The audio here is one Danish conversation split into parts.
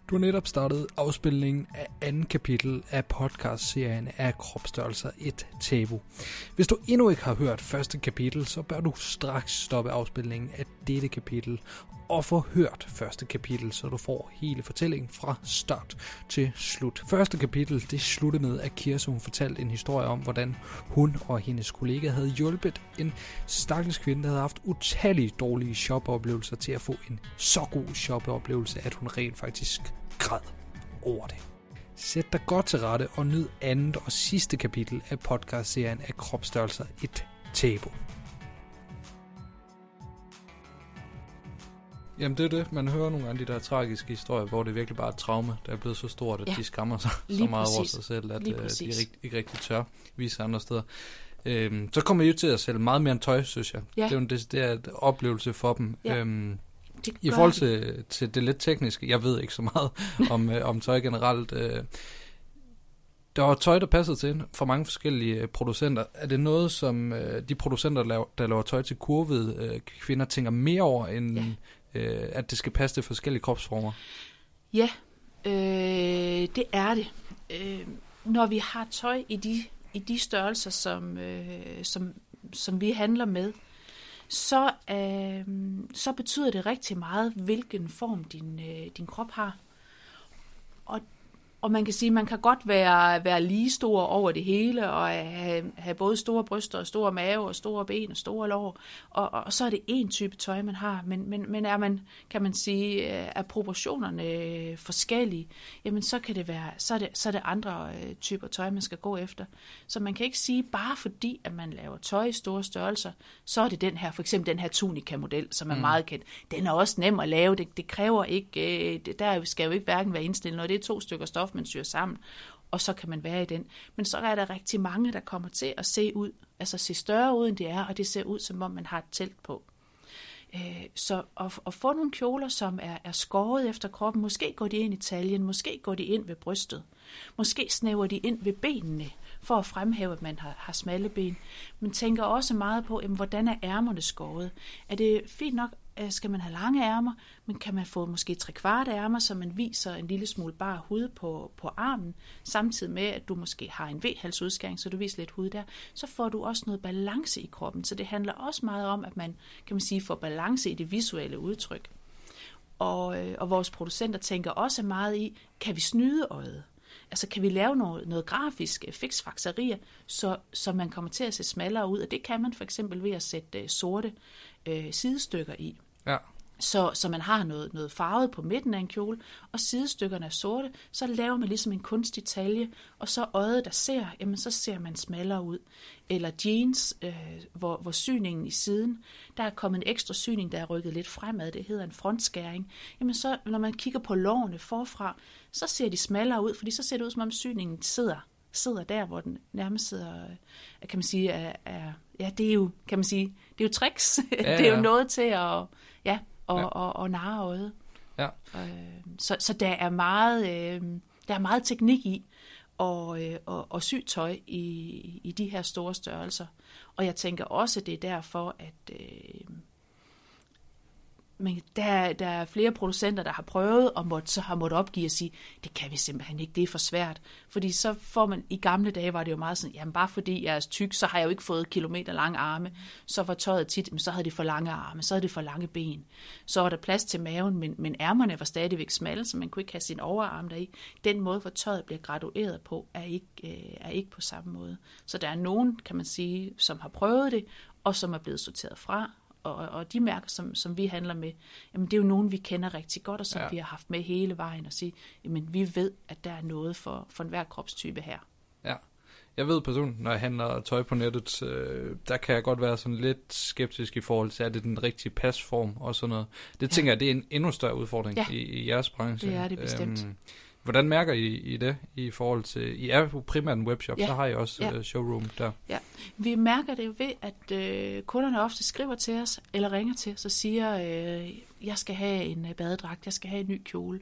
Du har netop startet afspilningen af anden kapitel af podcastserien af Kropsstørrelser et tabu. Hvis du endnu ikke har hørt første kapitel, så bør du straks stoppe afspilningen af dette kapitel og få hørt første kapitel, så du får hele fortællingen fra start til slut. Første kapitel, det sluttede med, at Kirse hun fortalte en historie om, hvordan hun og hendes kollega havde hjulpet en stakkels kvinde, der havde haft utallige dårlige shopoplevelser til at få en så god shopoplevelse, at hun rent faktisk græd over det. Sæt dig godt til rette og nyd andet og sidste kapitel af podcastserien af Kropsstørrelser et tabu. Jamen det er det, man hører nogle af de der tragiske historier, hvor det virkelig bare er et traume, der er blevet så stort, at de skammer sig så meget over sig selv, at de ikke rigtig tør vise andre steder. Så kommer I jo til at sælge meget mere end tøj, synes jeg. Ja. Det er en oplevelse for dem. Ja. I forhold til det lidt tekniske, jeg ved ikke så meget om tøj generelt. Der var tøj, der passede til for mange forskellige producenter. Er det noget, som de producenter, der laver tøj til kurvede kvinder, tænker mere over, end at det skal passe til forskellige kropsformer? Ja, det er det. Når vi har tøj i de størrelser, som vi handler med, så betyder det rigtig meget, hvilken form din krop har. Og man kan sige, at man kan godt være lige stor over det hele, og have både store bryster og store mave, og store ben og store lår, og så er det en type tøj, man har. Men er man, kan man sige, er proportionerne forskellige, jamen så kan det være, så er det andre typer tøj, man skal gå efter. Så man kan ikke sige, bare fordi, at man laver tøj i store størrelser, så er det den her, for eksempel den her tunika-model, som er meget kendt. Den er også nem at lave, det kræver ikke, der skal jo ikke hverken være indstillet, når det er 2 stykker stof, man syr sammen, og så kan man være i den. Men så er der rigtig mange, der kommer til at se større ud, end det er, og det ser ud, som om man har et telt på. Så at få nogle kjoler, som er skåret efter kroppen, måske går de ind i taljen, måske går de ind ved brystet, måske snæver de ind ved benene, for at fremhæve, at man har smalle ben. Man tænker også meget på, hvordan er ærmerne skåret? Er det fint nok, skal man have lange ærmer, men kan man få måske 3/4 ærmer, så man viser en lille smule bar hud på armen, samtidig med, at du måske har en V-halsudskæring, så du viser lidt hud der, så får du også noget balance i kroppen. Så det handler også meget om, at man, kan man sige, får balance i det visuelle udtryk. Og vores producenter tænker også meget i, kan vi snyde øjet? Altså kan vi lave noget grafisk fiksfakserier, så man kommer til at se smallere ud, og det kan man for eksempel ved at sætte sorte sidestykker i. Ja. Så man har noget farvet på midten af en kjole, og sidestykkerne er sorte, så laver man ligesom en kunstig talje, og så øjet, der ser, jamen så ser man smallere ud. Eller jeans, hvor syningen i siden, der er kommet en ekstra syning, der er rykket lidt fremad, det hedder en frontskæring. Jamen så, når man kigger på lårene forfra, så ser de smallere ud, fordi så ser det ud, som om syningen sidder der, hvor den nærmest sidder, kan man sige, det er jo, kan man sige, det er jo tricks. Ja. Det er jo noget til at narre øjet. Ja. Så der er meget teknik i og sy tøj i de her store størrelser. Og jeg tænker også, det er derfor, at men der er flere producenter, der har prøvet og så har måttet opgive og sige, det kan vi simpelthen ikke, det er for svært. Fordi så får man, i gamle dage var det jo meget sådan, jamen bare fordi jeg er tyk, så har jeg jo ikke fået kilometer lange arme. Så var tøjet tit, så havde det for lange arme, så havde det for lange ben. Så var der plads til maven, men ærmerne var stadigvæk smalle, så man kunne ikke have sin overarm deri. Den måde, hvor tøjet bliver gradueret på, er ikke på samme måde. Så der er nogen, kan man sige, som har prøvet det, og som er blevet sorteret fra. Og de mærker, som vi handler med, jamen det er jo nogen, vi kender rigtig godt, og som vi har haft med hele vejen, og sige, jamen vi ved, at der er noget for enhver kropstype her. Ja, jeg ved personligt, når jeg handler tøj på nettet, der kan jeg godt være sådan lidt skeptisk i forhold til, er det den rigtige pasform og sådan noget. Det tænker jeg, det er en endnu større udfordring i jeres branche. Det er det bestemt. Hvordan mærker I det i forhold til, I er jo primært en webshop, så har I også showroom der? Ja, vi mærker det jo ved, at kunderne ofte skriver til os, eller ringer til os og siger, jeg skal have en badedragt, jeg skal have en ny kjole.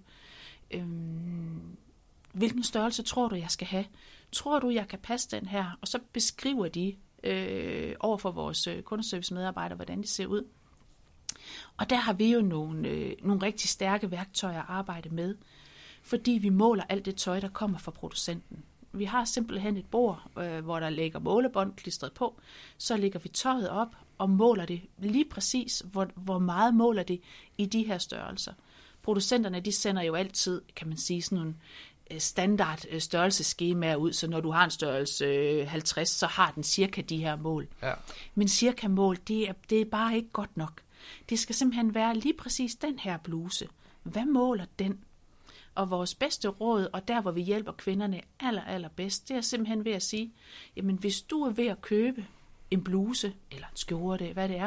Hvilken størrelse tror du, jeg skal have? Tror du, jeg kan passe den her? Og så beskriver de over for vores kundeservice-medarbejdere, hvordan de ser ud. Og der har vi jo nogle rigtig stærke værktøjer at arbejde med. fordi vi måler alt det tøj, der kommer fra producenten. Vi har simpelthen et bord, hvor der ligger målebånd klistret på. Så lægger vi tøjet op og måler det lige præcis, hvor meget måler det i de her størrelser. Producenterne, de sender jo altid, kan man sige, sådan nogle standard størrelsesskemaer ud, så når du har en størrelse 50, så har den cirka de her mål. Ja. Men cirka mål, det er bare ikke godt nok. Det skal simpelthen være lige præcis den her bluse. Hvad måler den? Og vores bedste råd, og der hvor vi hjælper kvinderne allerbedst, det er simpelthen ved at sige, jamen hvis du er ved at købe en bluse, eller en skjorte, hvad det er,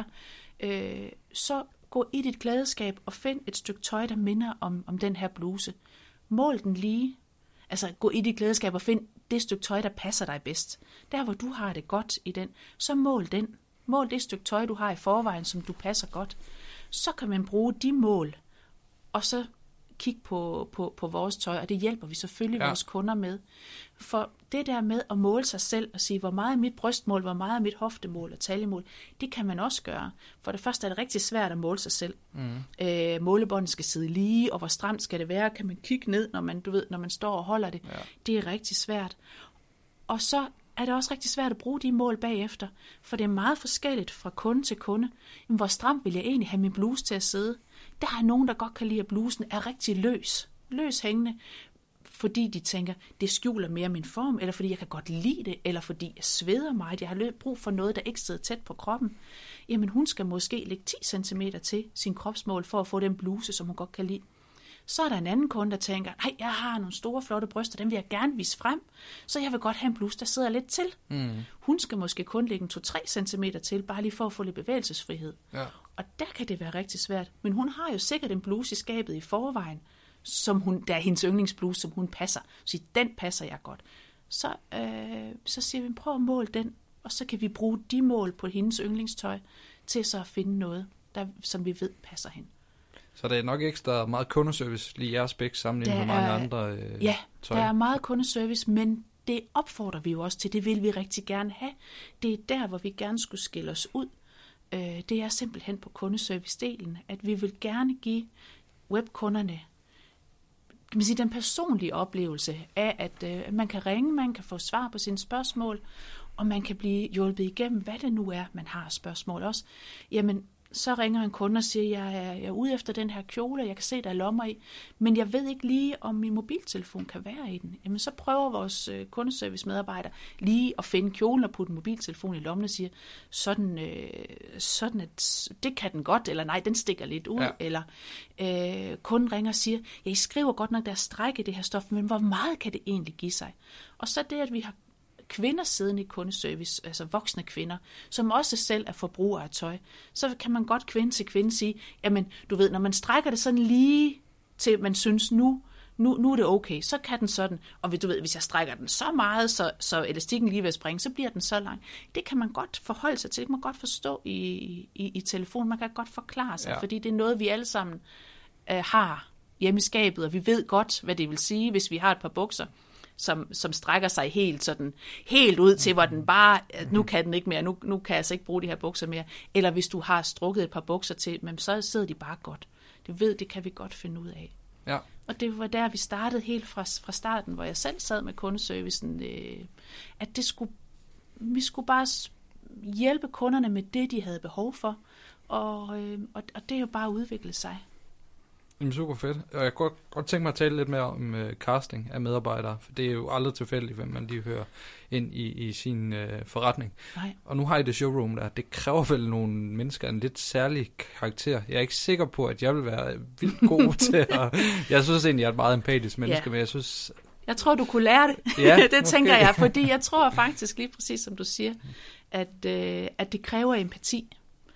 så gå i dit klædeskab og find et stykke tøj, der minder om den her bluse. Mål den lige. Altså gå i dit klædeskab og find det stykke tøj, der passer dig bedst. Der hvor du har det godt i den, så mål den. Mål det stykke tøj, du har i forvejen, som du passer godt. Så kan man bruge de mål, og så kigge på vores tøj, og det hjælper vi selvfølgelig vores kunder med. For det der med at måle sig selv og sige, hvor meget er mit brystmål, hvor meget er mit hoftemål og taljemål, det kan man også gøre. For det første er det rigtig svært at måle sig selv. Målebåndet skal sidde lige, og hvor stramt skal det være, kan man kigge ned, når man står og holder det. Ja. Det er rigtig svært. Og så er det også rigtig svært at bruge de mål bagefter, for det er meget forskelligt fra kunde til kunde. Jamen, hvor stramt vil jeg egentlig have min bluse til at sidde? Der er nogen, der godt kan lide, at blusen er rigtig løs hængende, fordi de tænker, det skjuler mere min form, eller fordi jeg kan godt lide det, eller fordi jeg sveder meget, jeg har brug for noget, der ikke sidder tæt på kroppen. Jamen, hun skal måske lægge 10 cm til sin kropsmål, for at få den bluse, som hun godt kan lide. Så er der en anden kunde, der tænker, nej, jeg har nogle store, flotte bryster, dem vil jeg gerne vise frem, så jeg vil godt have en bluse, der sidder lidt til. Hun skal måske kun lægge 2-3 cm til, bare lige for at få lidt bevægelsesfrihed. Ja. Og der kan det være rigtig svært. Men hun har jo sikkert en bluse i skabet i forvejen, der er hendes yndlingsbluse, som hun passer. Så den passer jeg godt. Så siger vi, prøv at måle den, og så kan vi bruge de mål på hendes yndlingstøj, til så at finde noget, som vi ved passer hende. Så der er nok ekstra meget kundeservice lige i jeres bæk sammenlignet med mange andre tøj? Der er meget kundeservice, men det opfordrer vi jo også til. Det vil vi rigtig gerne have. Det er der, hvor vi gerne skulle skille os ud. Det er simpelthen på kundeservice-delen, at vi vil gerne give webkunderne, kan man sige, den personlige oplevelse af, at man kan ringe, man kan få svar på sine spørgsmål, og man kan blive hjulpet igennem, hvad det nu er, man har spørgsmål også. Jamen, så ringer en kunde og siger, jeg er ude efter den her kjole, jeg kan se, der er lommer i, men jeg ved ikke lige, om min mobiltelefon kan være i den. Jamen, så prøver vores kundeservice-medarbejder lige at finde kjolen og putte en mobiltelefon i lommen og siger, sådan at det kan den godt, eller nej, den stikker lidt ud, eller kunden ringer og siger, I skriver godt nok, der er stræk i det her stof, men hvor meget kan det egentlig give sig? Og så det, at vi har kvinder siddende i kundeservice, altså voksne kvinder, som også selv er forbrugere af tøj, så kan man godt kvinde til kvinde sige, jamen, du ved, når man strækker det sådan lige til, man synes, nu er det okay, så kan den sådan, og du ved, hvis jeg strækker den så meget, så elastikken lige ved at springe, så bliver den så lang. Det kan man godt forholde sig til, det kan man godt forstå i telefon, man kan godt forklare sig, fordi det er noget, vi alle sammen har hjemme i skabet, og vi ved godt, hvad det vil sige, hvis vi har et par bukser, som strækker sig helt ud til, hvor den bare, nu kan den ikke mere, nu kan jeg altså ikke bruge de her bukser mere. Eller hvis du har strukket et par bukser til, men så sidder de bare godt. Det kan vi godt finde ud af. Ja. Og det var der, vi startede helt fra starten, hvor jeg selv sad med kundeservicen, at vi skulle bare hjælpe kunderne med det, de havde behov for, og det er jo bare udviklet sig. Jamen, super fedt. Og jeg kunne godt tænke mig at tale lidt mere om casting af medarbejdere, for det er jo aldrig tilfældigt, hvem man lige hører ind i sin forretning. Nej. Og nu har I det showroom der. Det kræver vel nogle mennesker en lidt særlig karakter. Jeg er ikke sikker på, at jeg vil være vildt god til at... Jeg synes egentlig, jeg er et meget empatisk menneske, men jeg synes... Jeg tror, du kunne lære det. Ja, det tænker jeg, fordi jeg tror faktisk lige præcis, som du siger, at det kræver empati.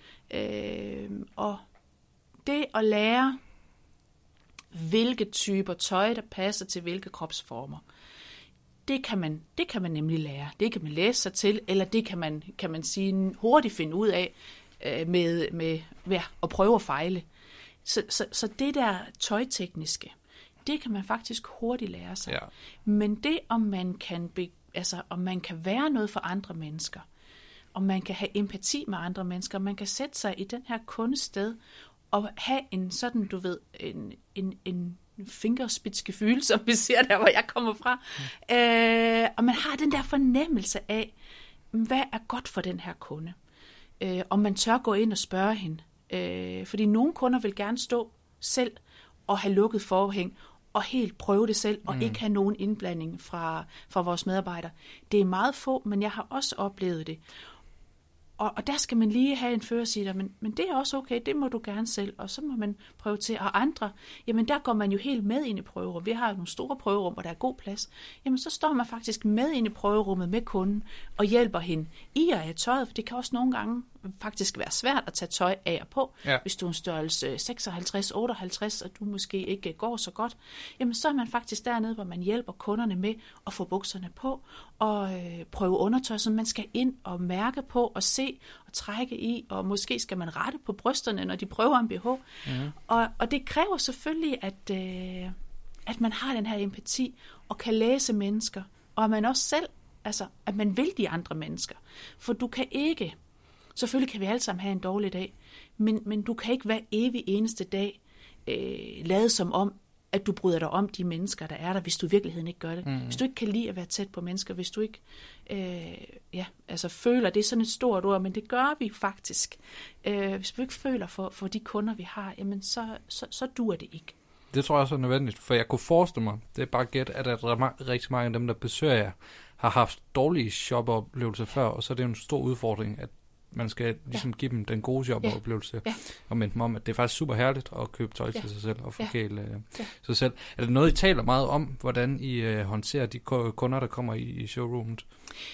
Og det at lære, hvilke typer tøj, der passer til hvilke kropsformer. Det kan man nemlig lære. Det kan man læse sig til, eller det kan man sige hurtigt finde ud af med at prøve at fejle. Så det der tøjtekniske, det kan man faktisk hurtigt lære sig. Ja. Men det, om man kan være noget for andre mennesker, om man kan have empati med andre mennesker, om man kan sætte sig i den her kundested og have en sådan, du ved, en fingerspidsgefühl, som vi siger der, hvor jeg kommer fra. Og man har den der fornemmelse af, hvad er godt for den her kunde. Om man tør gå ind og spørge hende. Fordi nogle kunder vil gerne stå selv og have lukket forhæng, og helt prøve det selv, og ikke have nogen indblanding fra vores medarbejdere. Det er meget få, men jeg har også oplevet det. Og der skal man lige have en fører og sige, men det er også okay, det må du gerne selv, og så må man prøve til. Og andre, jamen der går man jo helt med ind i prøverum. Vi har jo nogle store prøverum, hvor der er god plads. Jamen så står man faktisk med ind i prøverummet med kunden, og hjælper hende i at have tøjet, for det kan også nogle gange faktisk være svært at tage tøj af og på. Ja. Hvis du er en størrelse 56, 58, og du måske ikke går så godt, jamen så er man faktisk dernede, hvor man hjælper kunderne med at få bukserne på, og prøve undertøj, som man skal ind og mærke på, og se og trække i, og måske skal man rette på brysterne, når de prøver en BH. Og det kræver selvfølgelig, at man har den her empati, og kan læse mennesker, og at man også selv, altså at man vil de andre mennesker. For du kan ikke, selvfølgelig kan vi alle sammen have en dårlig dag, men du kan ikke hver evig eneste dag lade som om, at du bryder dig om de mennesker, der er der, hvis du i virkeligheden ikke gør det. Hvis du ikke kan lide at være tæt på mennesker, hvis du ikke føler, det er sådan et stort ord, men det gør vi faktisk. Hvis vi ikke føler for de kunder, vi har, jamen så dur det ikke. Det tror jeg også er nødvendigt, for jeg kunne forestille mig, det er bare gæt, at rigtig mange af dem, der besøger jer, har haft dårlige shopoplevelser før, og så er det jo en stor udfordring, at man skal ligesom give dem den gode shopoplevelse, og minde dem om, at det er faktisk super herligt at købe tøj til sig selv og forkæle sig selv. Er det noget, I taler meget om, hvordan I håndterer de kunder, der kommer i showroomet?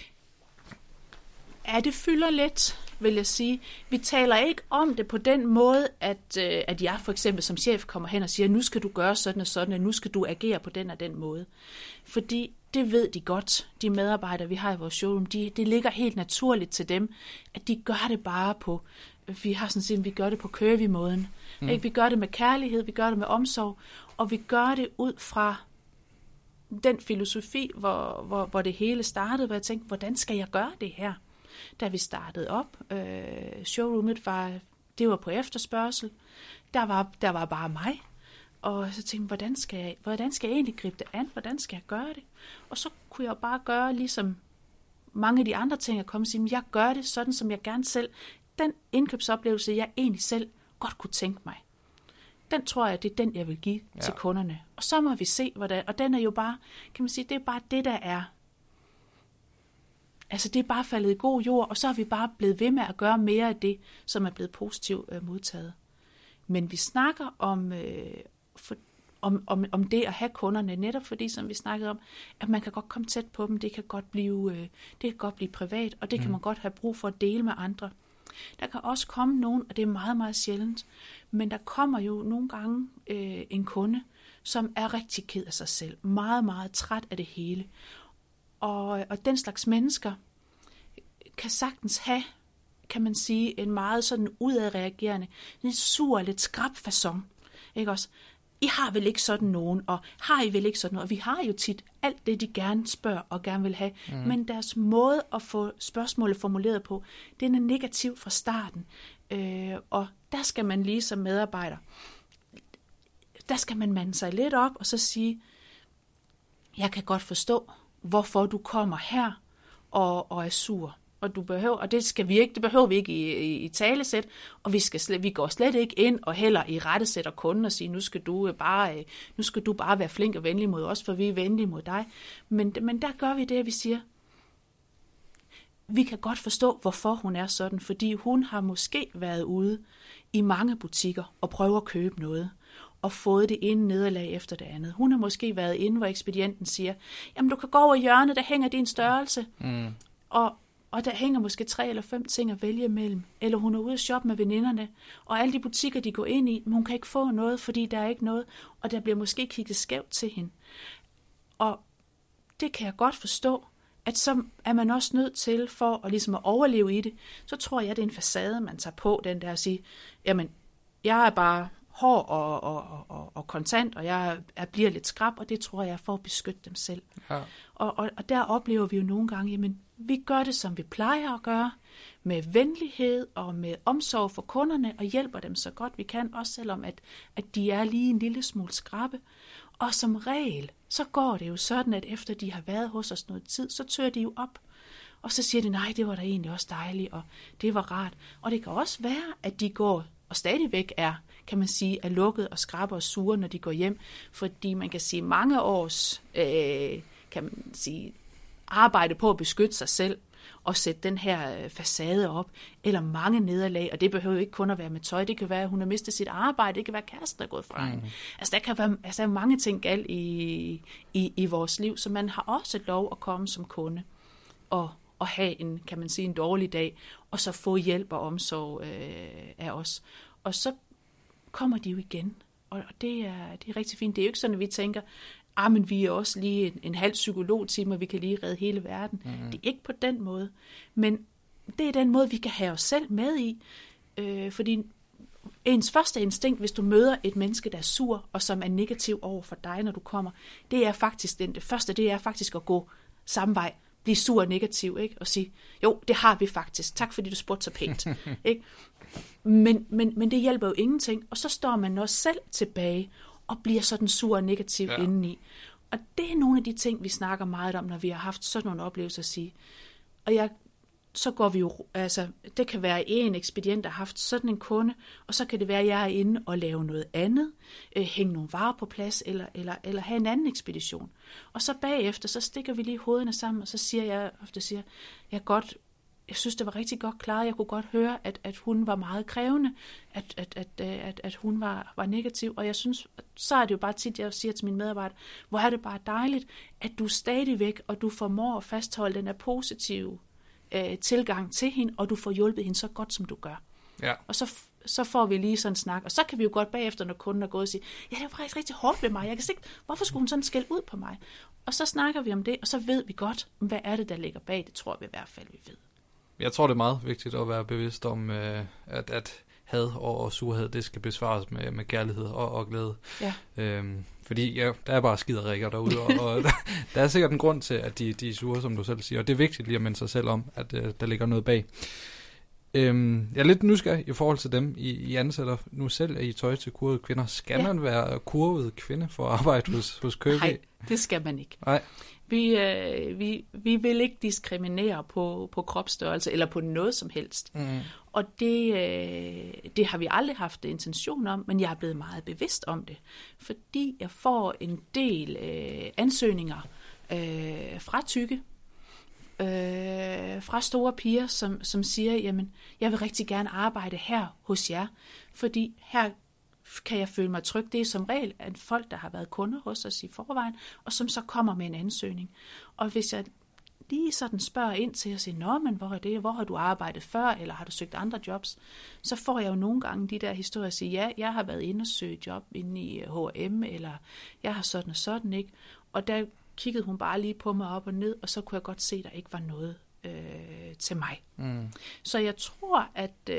Ja, det fylder lidt, vil jeg sige. Vi taler ikke om det på den måde, at jeg for eksempel som chef kommer hen og siger, nu skal du gøre sådan og sådan, og nu skal du agere på den og den måde. Fordi det ved de godt, de medarbejdere, vi har i vores showroom, det ligger helt naturligt til dem, at de gør det bare på, vi har sådan set, vi gør det på curvy-måden. Vi gør det med kærlighed, vi gør det med omsorg, og vi gør det ud fra den filosofi, hvor det hele startede, hvor jeg tænkte, hvordan skal jeg gøre det her? Da vi startede op, showroomet det var på efterspørgsel, der var bare mig, og så tænkte jeg, hvordan skal jeg egentlig gribe det an, hvordan skal jeg gøre det? Og så kunne jeg bare gøre ligesom mange af de andre ting, at komme og sige, jeg gør det sådan, som jeg gerne selv, den indkøbsoplevelse, jeg egentlig selv godt kunne tænke mig. Den tror jeg, det er den, jeg vil give til kunderne. Og så må vi se, hvordan, og den er jo bare, kan man sige, det er bare det, der er. Altså det er bare faldet i god jord, og så er vi bare blevet ved med at gøre mere af det, som er blevet positivt modtaget. Men vi snakker om det at have kunderne, netop fordi, som vi snakkede om, at man kan godt komme tæt på dem, det kan godt blive privat, og det kan man godt have brug for at dele med andre. Der kan også komme nogen, og det er meget, meget sjældent, men der kommer jo nogle gange en kunde, som er rigtig ked af sig selv, meget, meget træt af det hele. Og den slags mennesker kan sagtens have, kan man sige, en meget sådan udadreagerende, en sur, lidt skrap facon, ikke også? I har vel ikke sådan nogen, og har I vel ikke sådan noget? Og vi har jo tit alt det, de gerne spørger og gerne vil have, men deres måde at få spørgsmålet formuleret på, den er negativ fra starten. Og der skal man lige som medarbejder, der skal man mande sig lidt op og så sige, jeg kan godt forstå, hvorfor du kommer her og er sur. Og det behøver vi ikke i talesæt, og vi går slet ikke ind og heller i rettesætter kunden og sige, nu skal du bare være flink og venlig mod os, for vi er venlige mod dig. Men der gør vi det, at vi siger, vi kan godt forstå, hvorfor hun er sådan, fordi hun har måske været ude i mange butikker og prøver at købe noget, og fået det ene nederlag efter det andet. Hun har måske været inde, hvor ekspedienten siger, jamen du kan gå over i hjørnet, der hænger din størrelse, og der hænger måske 3 eller 5 ting at vælge mellem. Eller hun er ude at shoppe med veninderne, og alle de butikker, de går ind i, men hun kan ikke få noget, fordi der er ikke noget, og der bliver måske kigget skævt til hende. Og det kan jeg godt forstå, at så er man også nødt til, for at, ligesom at overleve i det, så tror jeg, det er en facade, man tager på, den der at sige, jamen, jeg er bare hård og kontant, og jeg bliver lidt skrap, og det tror jeg er for at beskytte dem selv. Ja. Og der oplever vi jo nogle gange, jamen, vi gør det, som vi plejer at gøre, med venlighed og med omsorg for kunderne, og hjælper dem så godt vi kan, også selvom at de er lige en lille smule skrappe. Og som regel, så går det jo sådan, at efter de har været hos os noget tid, så tør de jo op. Og så siger de, nej, det var da egentlig også dejligt, og det var rart. Og det kan også være, at de går og stadigvæk kan man sige, er lukket og skrappe og sure, når de går hjem. Fordi man kan sige, mange års kan man sige, arbejde på at beskytte sig selv og sætte den her facade op, eller mange nederlag, og det behøver jo ikke kun at være med tøj, det kan være, at hun har mistet sit arbejde, det kan være, kæresten er gået fra hende. Altså, der kan være mange ting galt i vores liv, så man har også lov at komme som kunde og have en, kan man sige, en dårlig dag, og så få hjælp og omsorg af os. Og så kommer de jo igen, og det er rigtig fint. Det er jo ikke sådan, at vi tænker, men vi er også lige en halv psykologtime, og vi kan lige redde hele verden. Det er ikke på den måde. Men det er den måde, vi kan have os selv med i. Fordi ens første instinkt, hvis du møder et menneske, der er sur, og som er negativ over for dig, når du kommer, det er faktisk det første, det er faktisk at gå samme vej. Blive sur og negativ, ikke? Og sige, jo, det har vi faktisk. Tak fordi du spurgte så pænt. Ikke? Men det hjælper jo ingenting. Og så står man også selv tilbage og bliver sådan sur og negativ indeni. Og det er nogle af de ting, vi snakker meget om, når vi har haft sådan nogle oplevelser at sige. Og så går vi jo, altså det kan være en ekspedient, der har haft sådan en kunde, og så kan det være, at jeg er inde og lave noget andet, hænge nogle varer på plads, eller have en anden ekspedition. Og så bagefter, så stikker vi lige hovederne sammen, og så siger jeg ofte, jeg synes, det var rigtig godt klaret. Jeg kunne godt høre, at hun var meget krævende, at hun var negativ. Og jeg synes, så er det jo bare tit, jeg siger til mine medarbejdere, hvor er det bare dejligt, at du stadigvæk, og du formår at fastholde den her positive tilgang til hende, og du får hjulpet hende så godt, som du gør. Ja. Og så får vi lige sådan en snak, og så kan vi jo godt bagefter, når kunden er gået og sige, ja, det var faktisk rigtig hårdt ved mig, jeg kan se, hvorfor skulle hun sådan skælde ud på mig? Og så snakker vi om det, og så ved vi godt, hvad er det, der ligger bag, det tror vi i hvert fald, vi ved. Jeg tror, det er meget vigtigt at være bevidst om, at had og surhed, det skal besvares med kærlighed og glæde. Ja. Fordi der er bare skiderikker derude, og der er sikkert en grund til, at de er sure, som du selv siger. Og det er vigtigt lige at minde sig selv om, at der ligger noget bag. Jeg er lidt nysgerrig i forhold til dem, I ansætter nu selv i tøj til kurvede kvinder. Skal man være kurvet kvinde for at arbejde hos Køge? Nej, det skal man ikke. Nej. Vi vil ikke diskriminere på kropsstørrelse eller på noget som helst. Og det har vi aldrig haft intention om, men jeg er blevet meget bevidst om det. Fordi jeg får en del ansøgninger fra tykke, fra store piger, som siger, jamen, jeg vil rigtig gerne arbejde her hos jer, fordi her kan jeg føle mig tryg. Det er som regel at folk, der har været kunder hos os i forvejen, og som så kommer med en ansøgning. Og hvis jeg lige sådan spørger ind til at sige, nå, men hvor er det? Hvor har du arbejdet før, eller har du søgt andre jobs? Så får jeg jo nogle gange de der historier at sige, ja, jeg har været inde og søge job inde i H&M, eller jeg har sådan og sådan, ikke? Og der kiggede hun bare lige på mig op og ned, og så kunne jeg godt se, at der ikke var noget til mig. Så jeg tror,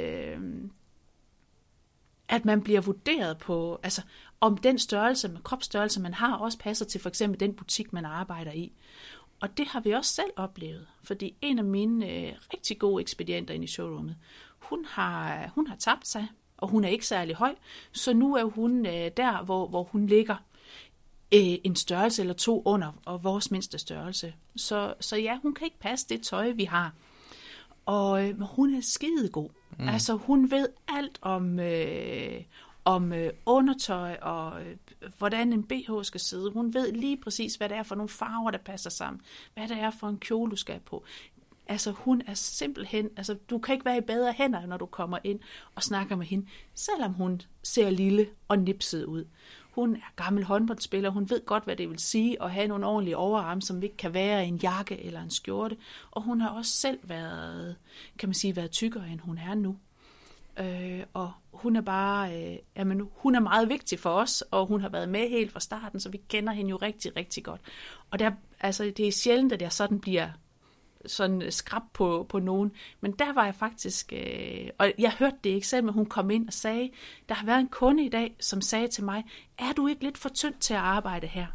at man bliver vurderet på, altså om den størrelse, kropsstørrelse, man har, også passer til for eksempel den butik, man arbejder i. Og det har vi også selv oplevet, fordi en af mine rigtig gode ekspedienter inde i showroomet, hun har tabt sig, og hun er ikke særlig høj, så nu er hun der, hvor hun ligger en størrelse eller to under og vores mindste størrelse. Så ja, hun kan ikke passe det tøj, vi har. Og hun er skidegod. Altså, hun ved alt om undertøj og hvordan en BH skal sidde. Hun ved lige præcis, hvad det er for nogle farver, der passer sammen. Hvad det er for en kjole, du skal have på. Altså, hun er simpelthen, altså, du kan ikke være i bedre hænder, når du kommer ind og snakker med hende, selvom hun ser lille og nipset ud. Hun er gammel håndboldspiller, hun ved godt, hvad det vil sige at have nogle ordentlige overarme, som ikke kan være en jakke eller en skjorte. Og hun har også selv været, kan man sige, været tykkere, end hun er nu. Og hun er bare, hun er meget vigtig for os, og hun har været med helt fra starten, så vi kender hende jo rigtig, rigtig godt. Og det er sjældent, at jeg sådan bliver sådan skrab på nogen, men der var jeg faktisk, og jeg hørte det ikke selv, men hun kom ind og sagde, der har været en kunde i dag, som sagde til mig, er du ikke lidt for tynd til at arbejde her?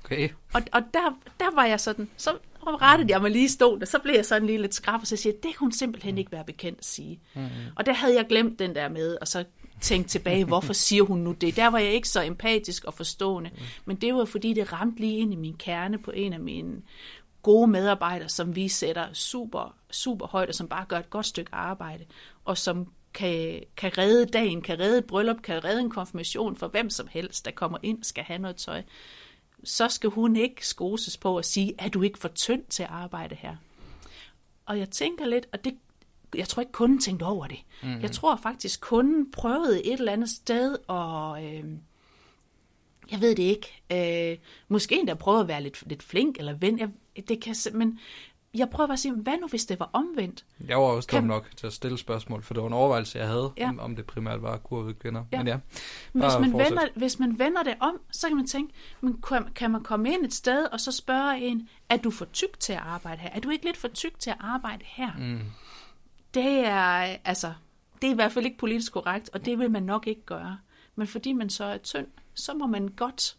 Okay. Og der var jeg sådan, så rettede jeg mig lige i stolen, og så blev jeg sådan lige lidt skrap, og så siger jeg, det kunne hun simpelthen ikke være bekendt at sige. Og der havde jeg glemt den der med, og så tænkt tilbage, hvorfor siger hun nu det? Der var jeg ikke så empatisk og forstående, men det var fordi, det ramte lige ind i min kerne på en af mine gode medarbejdere, som vi sætter super, super højt, og som bare gør et godt stykke arbejde, og som kan redde dagen, kan redde et bryllup, kan redde en konfirmation for hvem som helst, der kommer ind, skal have noget tøj. Så skal hun ikke skoses på at sige, er du ikke for tynd til at arbejde her? Og jeg tænker lidt, og jeg tror ikke kunden tænkte over det. Mm-hmm. Jeg tror faktisk, kunden prøvede et eller andet sted, og jeg ved det ikke, måske endda prøvede at være lidt flink eller ven. Men jeg prøver bare at sige, hvad nu hvis det var omvendt? Jeg var også dum nok til at stille spørgsmål, for det var en overvejelse, jeg havde, om det primært var kurvede kvinder. Ja. Men ja, hvis man vender det om, så kan man tænke, kan man komme ind et sted, og så spørge en, er du for tyk til at arbejde her? Er du ikke lidt for tyk til at arbejde her? Mm. Det er i hvert fald ikke politisk korrekt, og det vil man nok ikke gøre. Men fordi man så er tynd, så må man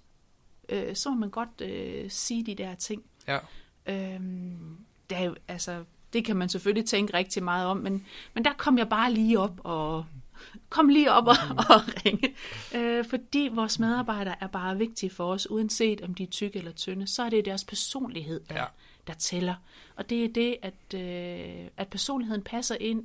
godt sige de der ting. Ja. Det er jo, det kan man selvfølgelig tænke rigtig meget om, men der kom jeg bare lige op og ringe. Fordi vores medarbejdere er bare vigtige for os, uanset om de er tykke eller tynde, så er det deres personlighed, der tæller. Og det er det, at personligheden passer ind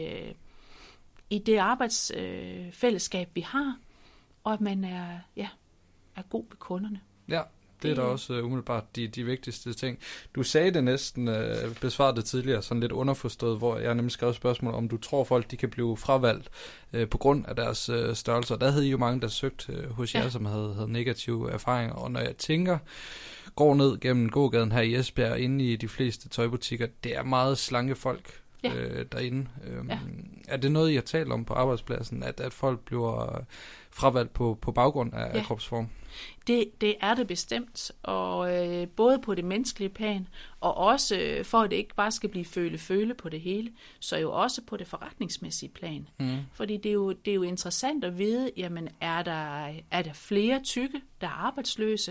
i det arbejdsfællesskab, vi har, og at man er god ved kunderne. Ja. Det er da også umiddelbart de vigtigste ting. Du sagde det næsten, besvarede det tidligere, sådan lidt underforstået, hvor jeg nemlig skrev spørgsmål, om du tror folk, de kan blive fravalgt på grund af deres størrelser. Der havde I jo mange, der søgte hos jer, som havde negative erfaringer. Og når jeg tænker, går ned gennem gågaden her i Esbjerg, inde i de fleste tøjbutikker, det er meget slanke folk derinde. Er det noget, I har talt om på arbejdspladsen, at folk bliver fravalgt på baggrund af kropsform? Det er det bestemt, og både på det menneskelige plan, og også for at det ikke bare skal blive føle på det hele, så jo også på det forretningsmæssige plan. Mm. Fordi det er jo interessant at vide, jamen er der flere tykke, der er arbejdsløse?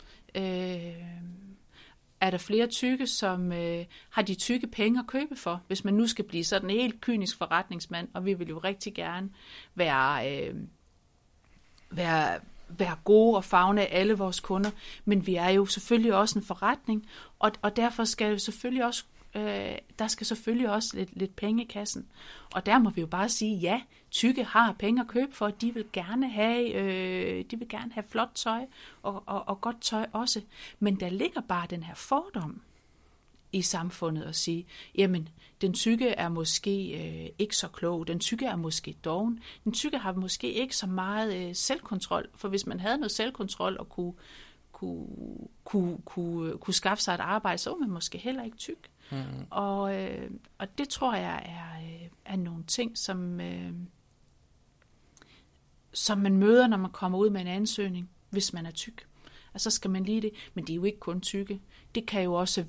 Er der flere tykke, som har de tykke penge at købe for? Hvis man nu skal blive sådan en helt kynisk forretningsmand, og vi vil jo rigtig gerne være gode og favne af alle vores kunder, men vi er jo selvfølgelig også en forretning, og derfor skal det selvfølgelig også, der skal selvfølgelig også lidt penge i kassen. Og der må vi jo bare sige, ja, tykke har penge at købe for, de vil gerne have flot tøj og godt tøj også. Men der ligger bare den her fordom i samfundet at sige, jamen, den tykke er måske ikke så klog, den tykke er måske doven, den tykke har måske ikke så meget selvkontrol, for hvis man havde noget selvkontrol og kunne skaffe sig et arbejde, så var man måske heller ikke tyk. Mm. Og det tror jeg er nogle ting, som man møder, når man kommer ud med en ansøgning, hvis man er tyk. Og så skal man lide det, men det er jo ikke kun tykke. Det kan jo også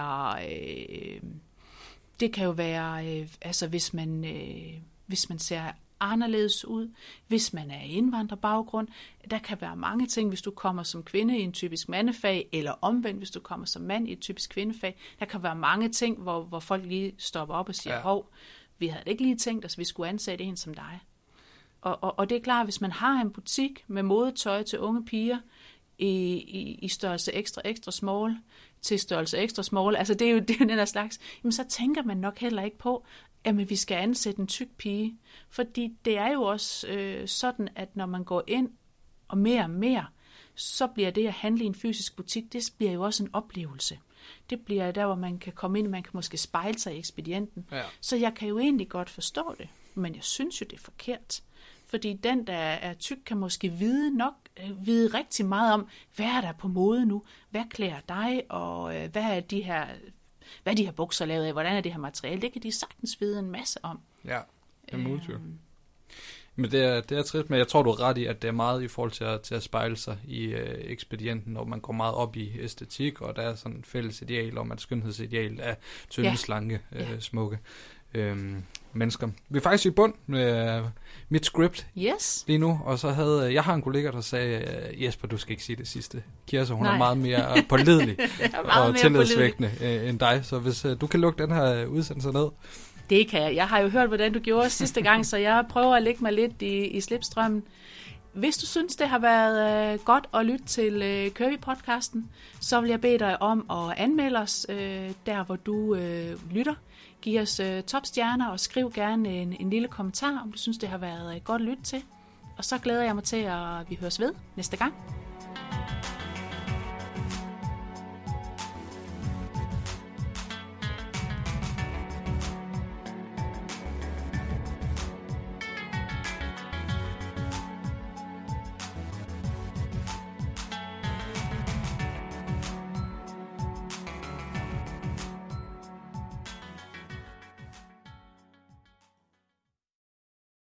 være, hvis man ser anderledes ud, hvis man er indvandrerbaggrund. Der kan være mange ting, hvis du kommer som kvinde i en typisk mandefag, eller omvendt, hvis du kommer som mand i et typisk kvindefag. Der kan være mange ting, hvor folk lige stopper op og siger, hov, vi havde ikke lige tænkt os, at vi skulle ansætte en som dig. Og det er klart, hvis man har en butik med modetøj til unge piger, i størrelse extra small til størrelse extra small, altså det er jo den der slags, jamen så tænker man nok heller ikke på, at vi skal ansætte en tyk pige, fordi det er jo også sådan, at når man går ind og mere, så bliver det at handle i en fysisk butik, det bliver jo også en oplevelse. Det bliver der, hvor man kan komme ind, man kan måske spejle sig i ekspedienten. Ja. Så jeg kan jo egentlig godt forstå det, men jeg synes jo, det er forkert. Fordi den, der er tyk, kan måske vide rigtig meget om, hvad er der på mode nu, hvad klæder dig, og hvad er de her bukser lavet af, hvordan er det her materiale, det kan de sagtens vide en masse om. Ja, det er muligt. Men det er trist, men jeg tror, du er ret i, at det er meget i forhold til at spejle sig i ekspedienten, når man går meget op i æstetik, og der er sådan en fælles ideal om, at skønhedsideal er tynde, slanke, smukke. mennesker. Vi er faktisk i bund med mit script lige nu, og så havde jeg har en kollega, der sagde, Jesper, du skal ikke sige det sidste. Kirse, hun er meget mere pålidelig og tillidsvækkende end dig, så hvis du kan lukke den her udsendelse ned. Det kan jeg. Jeg har jo hørt, hvordan du gjorde sidste gang, så jeg prøver at lægge mig lidt i slipstrømmen. Hvis du synes, det har været godt at lytte til Kirby-podcasten, så vil jeg bede dig om at anmelde os der, hvor du lytter. Giv os topstjerner og skriv gerne en lille kommentar, om du synes, det har været godt at lytte til. Og så glæder jeg mig til, at vi høres ved næste gang.